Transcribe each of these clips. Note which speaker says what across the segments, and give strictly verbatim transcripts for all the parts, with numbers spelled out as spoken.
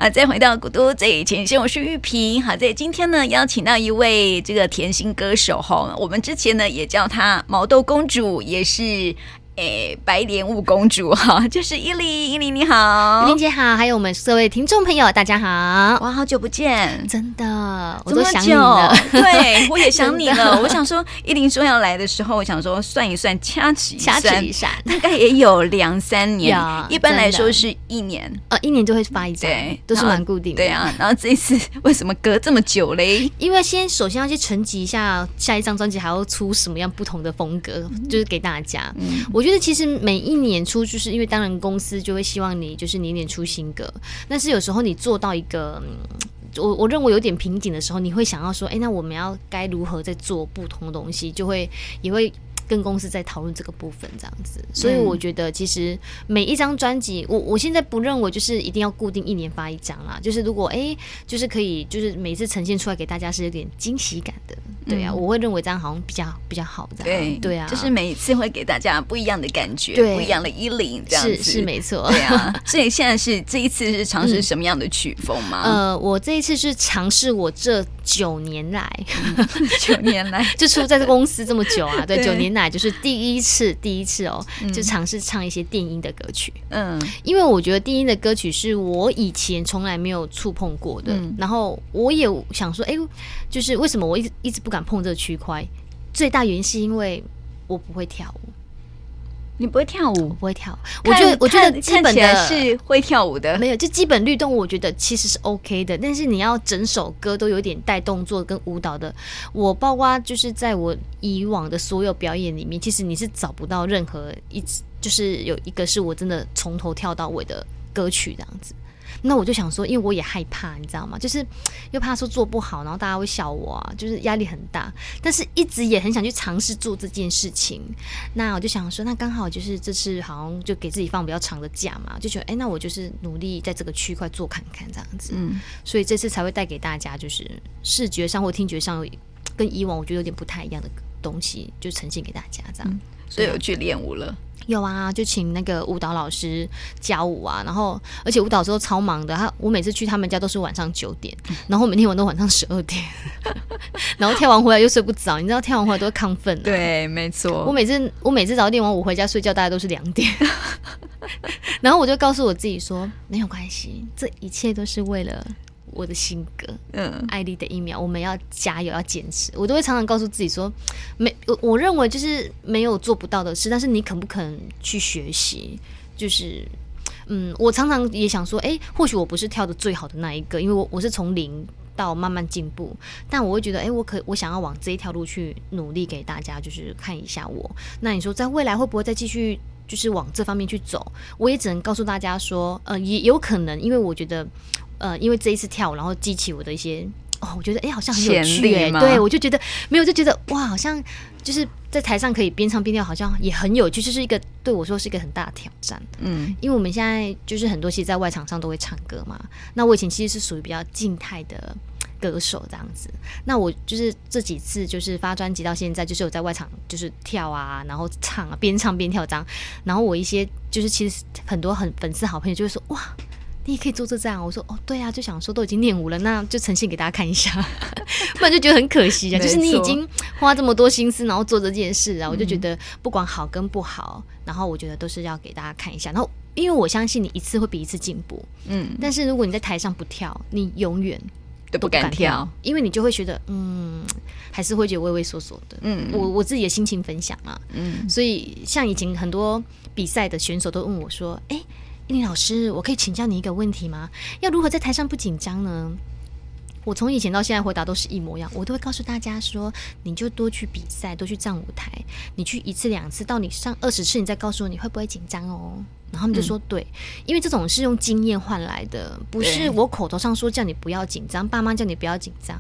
Speaker 1: 啊，再回到古都最前线，我是玉萍。好，在今天呢，邀请到一位这个甜心歌手哈，我们之前呢也叫她毛豆公主，也是。诶，白莲雾公主哈，就是依琳，依琳你好，
Speaker 2: 依琳姐好，还有我们各位听众朋友，大家好！
Speaker 1: 哇，好久不见，
Speaker 2: 真的，我都想你
Speaker 1: 了。
Speaker 2: 对，
Speaker 1: 我也想你了。我想说，依琳说要来的时候，我想说算一算，掐指一
Speaker 2: 掐指一算，
Speaker 1: 大概也有两三年。一般来说是一年，
Speaker 2: 呃，一年就会发一张，对，都是蛮固定的。
Speaker 1: 对啊，然后这一次为什么隔这么久嘞？
Speaker 2: 因为先首先要去沉寂一下，下一张专辑还要出什么样不同的风格，嗯、就是给大家。嗯，我觉得其实每一年出，就是因为当然公司就会希望你就是年年出新歌，但是有时候你做到一个，嗯、我我认为有点瓶颈的时候，你会想要说，哎，那我们要该如何再做不同的东西，就会也会。跟公司在讨论这个部分这样子，所以我觉得其实每一张专辑，我我现在不认为就是一定要固定一年发一张啦，就是如果哎，就是可以，就是每次呈现出来给大家是有点惊喜感的，对啊，嗯、我会认为这样好像比较比较好这样，
Speaker 1: 对对啊，就是每一次会给大家不一样的感觉，不一样的依琳这样子，
Speaker 2: 是是没错，
Speaker 1: 对啊，所以现在是这一次是尝试什么样的曲风吗？
Speaker 2: 嗯、呃，我这一次是尝试我这九年来，
Speaker 1: 九年来
Speaker 2: 就出在这公司这么久啊，对，九年来。就是第一次，第一次哦，嗯、就尝试唱一些电音的歌曲。嗯，因为我觉得电音的歌曲是我以前从来没有触碰过的。嗯、然后我也想说，哎，就是为什么我一直一直不敢碰这个区块？最大原因是因为我不会跳舞。
Speaker 1: 你不会跳舞？
Speaker 2: 我不会跳舞。我觉得，我觉得基本的
Speaker 1: 是会跳舞的，
Speaker 2: 没有就基本律动，我觉得其实是 OK 的。但是你要整首歌都有点带动作跟舞蹈的，我包括就是在我以往的所有表演里面，其实你是找不到任何一就是有一个是我真的从头跳到尾的歌曲这样子。那我就想说，因为我也害怕，你知道吗？就是又怕说做不好，然后大家会笑我啊，就是压力很大。但是一直也很想去尝试做这件事情。那我就想说，那刚好就是这次好像就给自己放比较长的假嘛，就觉得哎，那我就是努力在这个区块做看看这样子。嗯，所以这次才会带给大家就是视觉上或听觉上跟以往我觉得有点不太一样的东西，就呈现给大家这样。嗯、
Speaker 1: 所以有去练舞了。
Speaker 2: 有啊，就请那个舞蹈老师教舞啊，然后而且舞蹈老师都超忙的，他我每次去他们家都是晚上九点，然后每天晚都晚上十二点，然后跳完回来又睡不着，你知道跳完回来都会亢奋、啊。
Speaker 1: 对，没错。
Speaker 2: 我每次我每次早练完舞回家睡觉，大概都是两点，然后我就告诉我自己说，没有关系，这一切都是为了。我的新歌，嗯，艾莉的一秒，我们要加油，要坚持。我都会常常告诉自己说，没，我我认为就是没有做不到的事，但是你肯不肯去学习？就是，嗯，我常常也想说，哎、欸，或许我不是跳的最好的那一个，因为我我是从零到慢慢进步，但我会觉得，哎、欸，我可我想要往这一条路去努力，给大家就是看一下我。那你说，在未来会不会再继续？就是往这方面去走？我也只能告诉大家说，呃，也有可能，因为我觉得。呃，因为这一次跳舞，然后激起我的一些哦，我觉得哎，好像很有趣哎，对我就觉得没有，就觉得哇，好像就是在台上可以边唱边跳，好像也很有趣，就是一个对我说是一个很大的挑战。嗯，因为我们现在就是很多其实在外场上都会唱歌嘛，那我以前其实是属于比较静态的歌手这样子，那我就是这几次就是发专辑到现在，就是有在外场就是跳啊，然后唱啊，边唱边跳这样，然后我一些就是其实很多很粉丝好朋友就会说哇。你也可以做这这样，我说哦，对啊，就想说都已经练舞了，那就呈现给大家看一下，不然就觉得很可惜啊。就是你已经花这么多心思，然后做这件事啊，我就觉得不管好跟不好，然后我觉得都是要给大家看一下。然后因为我相信你一次会比一次进步，嗯，但是如果你在台上不跳，你永远
Speaker 1: 都不敢跳，
Speaker 2: 因为你就会觉得嗯，还是会觉得畏畏缩缩的。嗯，我我自己的心情分享啊，嗯，所以像以前很多比赛的选手都问我说，哎、欸。依琳老师，我可以请教你一个问题吗？要如何在台上不紧张呢？我从以前到现在回答都是一模一样，我都会告诉大家说，你就多去比赛，多去站舞台，你去一次两次，到你上二十次，你再告诉我你会不会紧张哦。然后他们就说、嗯、对，因为这种是用经验换来的，不是我口头上说叫你不要紧张，爸妈叫你不要紧张，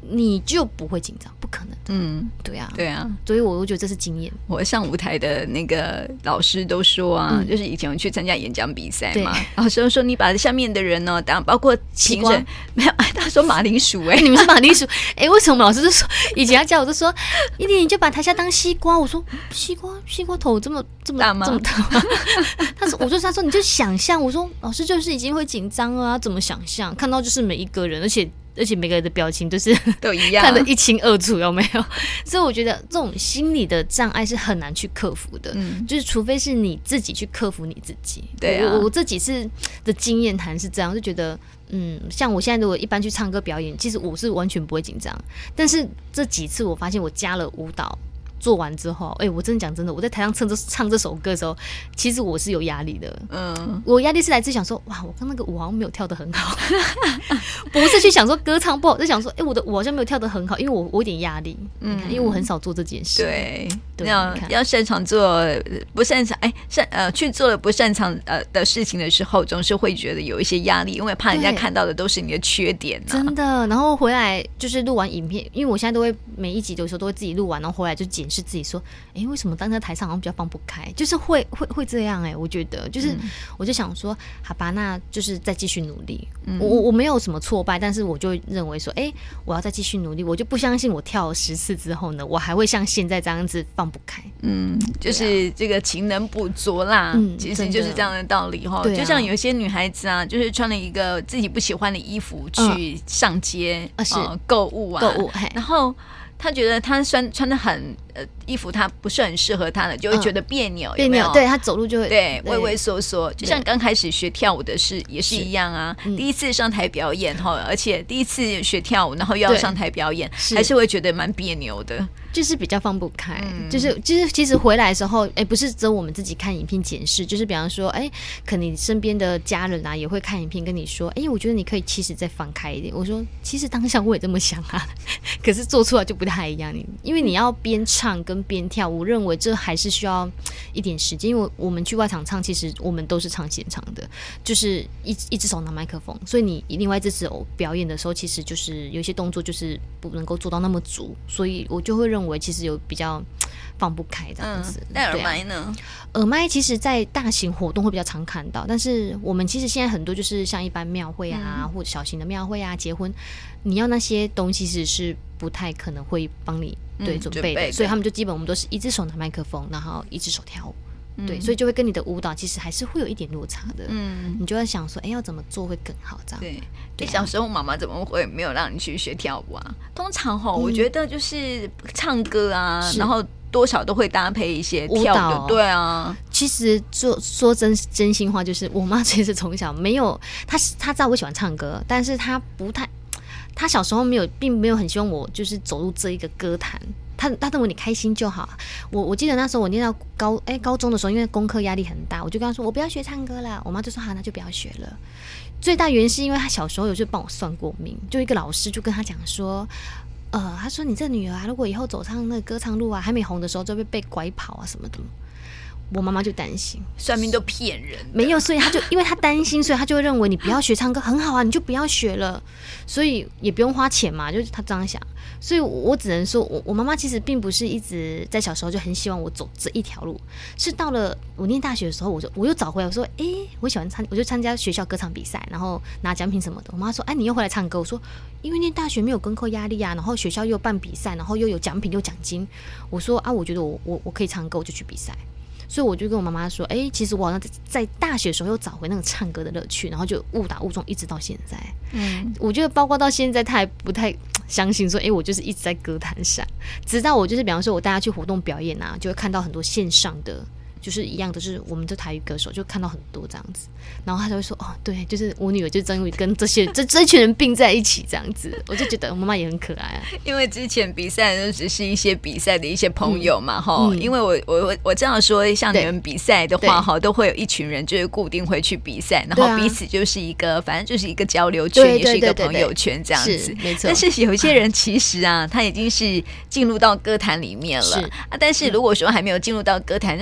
Speaker 2: 你就不会紧张，不可能的。
Speaker 1: 嗯，
Speaker 2: 对啊，
Speaker 1: 对啊，
Speaker 2: 所以我我觉得这是经验。
Speaker 1: 我上舞台的那个老师都说啊，嗯、就是以前我去参加演讲比赛嘛，老师都说你把下面的人呢、哦，当包括评审，没有，他说马铃薯哎、欸，
Speaker 2: 你们是马铃薯哎、欸，为什么老师就说以前他教我就说，一定你就把台下当西瓜，我说西瓜西瓜头这么这么
Speaker 1: 大吗？
Speaker 2: 这么大吗？他说我就他说你就想象，我说老师就是已经会紧张了啊，怎么想象？看到就是每一个人，而且。而且每个人的表情都是
Speaker 1: 都一样，
Speaker 2: 看得一清二楚，有没有？所以我觉得这种心理的障碍是很难去克服的，嗯，就是除非是你自己去克服你自己。
Speaker 1: 对啊，
Speaker 2: 我我这几次的经验谈是这样，就觉得，嗯，像我现在如果一般去唱歌表演，其实我是完全不会紧张，但是这几次我发现我加了舞蹈。做完之后，哎、欸，我真的讲真的，我在台上唱这唱这首歌的时候，其实我是有压力的。嗯，我压力是来自想说，哇，我刚那个舞好像没有跳得很好，不是去想说歌唱不好，是想说，哎、欸，我的舞好像没有跳得很好，因为我我有点压力。嗯，因为我很少做这件事。
Speaker 1: 对，对要要擅长做不擅长，哎、欸，擅呃去做了不擅长呃的事情的时候，总是会觉得有一些压力，因为怕人家看到的都是你的缺点、啊。
Speaker 2: 真的，然后回来就是录完影片，因为我现在都会每一集有时候都会自己录完，然后回来就剪。是自己说，哎、欸，为什么当在台上好像比较放不开？就是会会会这样哎、欸，我觉得就是，嗯、我就想说，好吧，那就是再继续努力。嗯、我我没有什么挫败，但是我就认为说，哎、欸，我要再继续努力，我就不相信我跳了十次之后呢，我还会像现在这样子放不开。
Speaker 1: 嗯，就是这个勤能补拙啦，嗯、其实就是这样的道理哈。啊、就像有些女孩子啊，就是穿了一个自己不喜欢的衣服去上街啊、嗯呃，购物啊，
Speaker 2: 购物，
Speaker 1: 然后。他觉得他穿穿的很呃衣服，他不是很适合他的，就会觉得别扭，
Speaker 2: 别扭。对他走路就会
Speaker 1: 对畏畏缩缩，就像刚开始学跳舞的是也是一样啊。嗯、第一次上台表演哈，而且第一次学跳舞，然后又要上台表演，还是会觉得蛮别扭的。
Speaker 2: 就是比较放不开，嗯、就是就是其实回来的时候，哎、欸，不是只有我们自己看影片检视，就是比方说，哎、欸，可能你身边的家人啊也会看影片跟你说，哎、欸，我觉得你可以其实再放开一点。我说，其实当下我也这么想啊，可是做出来就不太一样。因为你要边唱跟边跳，我认为这还是需要一点时间。因为我们去外场唱，其实我们都是唱现场的，就是一一只手拿麦克风，所以你另外一只手表演的时候，其实就是有些动作就是不能够做到那么足，所以我就会认为其实有比较放不开这样子。
Speaker 1: 那、嗯、耳麦呢？啊、
Speaker 2: 耳麦其实在大型活动会比较常看到，但是我们其实现在很多就是像一般庙会啊，嗯、或者小型的庙会啊，结婚，你要那些东西其实是不太可能会帮你对、嗯、准备的，所以他们就基本我们都是一只手拿麦克风，然后一只手跳舞。对，所以就会跟你的舞蹈其实还是会有一点落差的。嗯，你就在想说，哎、欸，要怎么做会更好？这样。
Speaker 1: 对，对啊、小时候妈妈怎么会没有让你去学跳舞啊？通常哈，嗯、我觉得就是唱歌啊，然后多少都会搭配一些跳舞的。对啊，
Speaker 2: 其实说说真真心话，就是我妈其实从小没有，她她知道我喜欢唱歌，但是她不太，她小时候没有，并没有很希望我就是走入这一个歌坛。他他认为你开心就好。我我记得那时候我念到高哎、欸、高中的时候，因为功课压力很大，我就跟他说我不要学唱歌了。我妈就说好，那就不要学了。最大原因是因为他小时候有就帮我算过命，就一个老师就跟他讲说，呃，他说你这女儿啊，如果以后走上那个歌唱路啊，还没红的时候就会被拐跑啊什么的。我妈妈就担心，
Speaker 1: 算命都骗人，
Speaker 2: 没有，所以他就因为他担心，所以他就会认为你不要学唱歌很好啊，你就不要学了，所以也不用花钱嘛，就是他这样想。所以我只能说，我我妈妈其实并不是一直在小时候就很希望我走这一条路，是到了我念大学的时候，我就我又找回来，我说，哎、欸，我喜欢参，我就参加学校歌唱比赛，然后拿奖品什么的。我妈说，哎、啊，你又回来唱歌？我说，因为念大学没有功课压力啊，然后学校又办比赛，然后又有奖品又奖金。我说啊，我觉得我我我可以唱歌，我就去比赛。所以我就跟我妈妈说，哎、欸，其实我好像在大学的时候又找回那个唱歌的乐趣，然后就误打误撞，一直到现在。嗯，我觉得包括到现在，他还不太相信说，哎、欸，我就是一直在歌坛上。直到我就是比方说，我带他去活动表演啊，就会看到很多线上的，就是一样的，就是我们的台语歌手，就看到很多这样子。然后他就会说，哦，对，就是我女儿就终于跟这些这这群人并在一起这样子。我就觉得我妈妈也很可爱啊。
Speaker 1: 因为之前比赛都只是一些比赛的一些朋友嘛，哈、嗯嗯。因为我我我这样说，像你们比赛的话，哈，都会有一群人就是固定会去比赛，然后彼此就是一个，反正就是一个交流圈，也是一个朋友圈这样子，
Speaker 2: 没错。
Speaker 1: 但是有一些人其实啊，他已经是进入到歌坛里面了啊。但是如果说还没有进入到歌坛，那妈妈看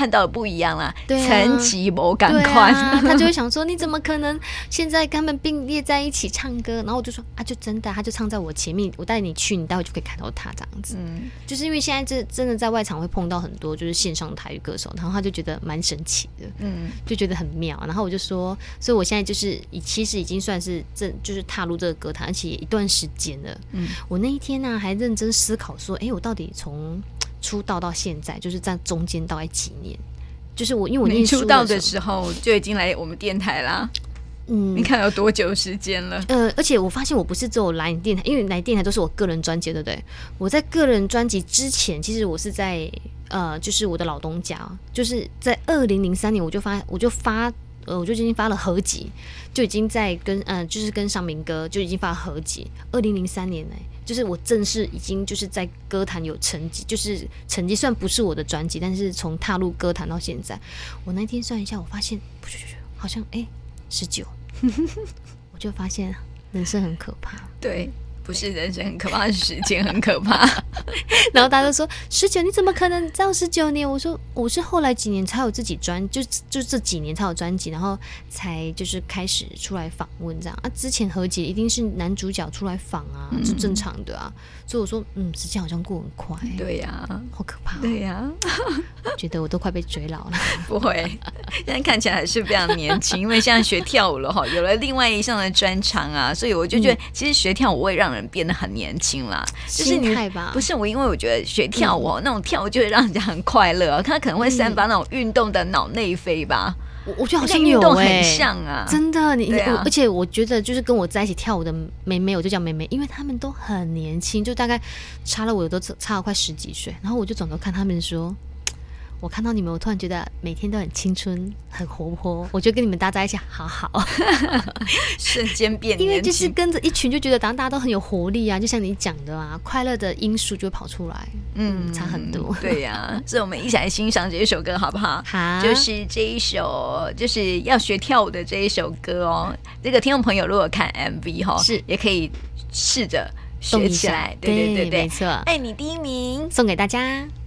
Speaker 1: 看到的不一样啦，
Speaker 2: 对啊，
Speaker 1: 层级没赶快，
Speaker 2: 啊、他就会想说你怎么可能现在跟他们并列在一起唱歌？然后我就说啊，就真的，他就唱在我前面，我带你去，你待会就可以看到他这样子。嗯，就是因为现在这真的在外场会碰到很多就是线上台语歌手，然后他就觉得蛮神奇的，嗯，就觉得很妙。然后我就说，所以我现在就是其实已经算是正就是踏入这个歌坛，而且也一段时间了。嗯，我那一天呢、啊、还认真思考说，哎，我到底从出道到现在，就是在中间大概几年？就是我因为我念书
Speaker 1: 出道的时候就已经来我们电台啦。嗯，你看有多久时间了？
Speaker 2: 呃，而且我发现我不是只有来你电台，因为来电台都是我个人专辑，对不对？我在个人专辑之前，其实我是在呃，就是我的老东家，就是在二零零三年我就发，我就发，呃，我就已经发了合集，就已经在跟呃，就是跟尚明哥就已经发了合集。二零零三年呢、欸，就是我正式已经就是在歌坛有成绩，就是成绩虽然不是我的专辑，但是从踏入歌坛到现在，我那天算一下，我发现不是好像哎。欸十九，我就发现人生很可怕。
Speaker 1: 对，不是人生很可怕，是时间很可怕。
Speaker 2: 然后大家都说十九，你怎么可能到十九年？我说我是后来几年才有自己专，就就这几年才有专辑，然后才就是开始出来访问这样啊。之前何洁一定是男主角出来访啊，是、嗯、正常的啊。所以我说，嗯，时间好像过很快。
Speaker 1: 对呀、啊，
Speaker 2: 好可怕、哦。
Speaker 1: 对呀、
Speaker 2: 啊，觉得我都快被追老了。
Speaker 1: 不会，现在看起来还是非常年轻，因为现在学跳舞了哈，有了另外一项的专长啊，所以我就觉得，其实学跳舞会让人变得很年轻啦。
Speaker 2: 嗯、
Speaker 1: 就是你
Speaker 2: 心态吧，
Speaker 1: 不是我，因为我觉得学跳舞、嗯、那种跳舞就会让人家很快乐，他可能会散发那种运动的脑内啡吧。
Speaker 2: 我我觉得好像有、欸、
Speaker 1: 很像啊，
Speaker 2: 真的，你、
Speaker 1: 啊、
Speaker 2: 而且我觉得就是跟我在一起跳舞的妹妹，我就叫妹妹，因为她们都很年轻，就大概差了我都差了快十几岁，然后我就转头看她们说。我看到你们，我突然觉得每天都很青春、很活泼，我觉得跟你们搭在一起好好，
Speaker 1: 瞬间变年轻。
Speaker 2: 因为就是跟着一群，就觉得当大家都很有活力啊，就像你讲的啊，快乐的因素就会跑出来，嗯，差很多。
Speaker 1: 对呀、啊，所以我们一起来欣赏这一首歌好不好？
Speaker 2: 好，
Speaker 1: 就是这一首，就是要学跳舞的这一首歌哦。这个听众朋友如果看 M V 哈、哦，
Speaker 2: 是
Speaker 1: 也可以试着学起来。对对对对，
Speaker 2: 没错。
Speaker 1: 爱你第一名，
Speaker 2: 送给大家。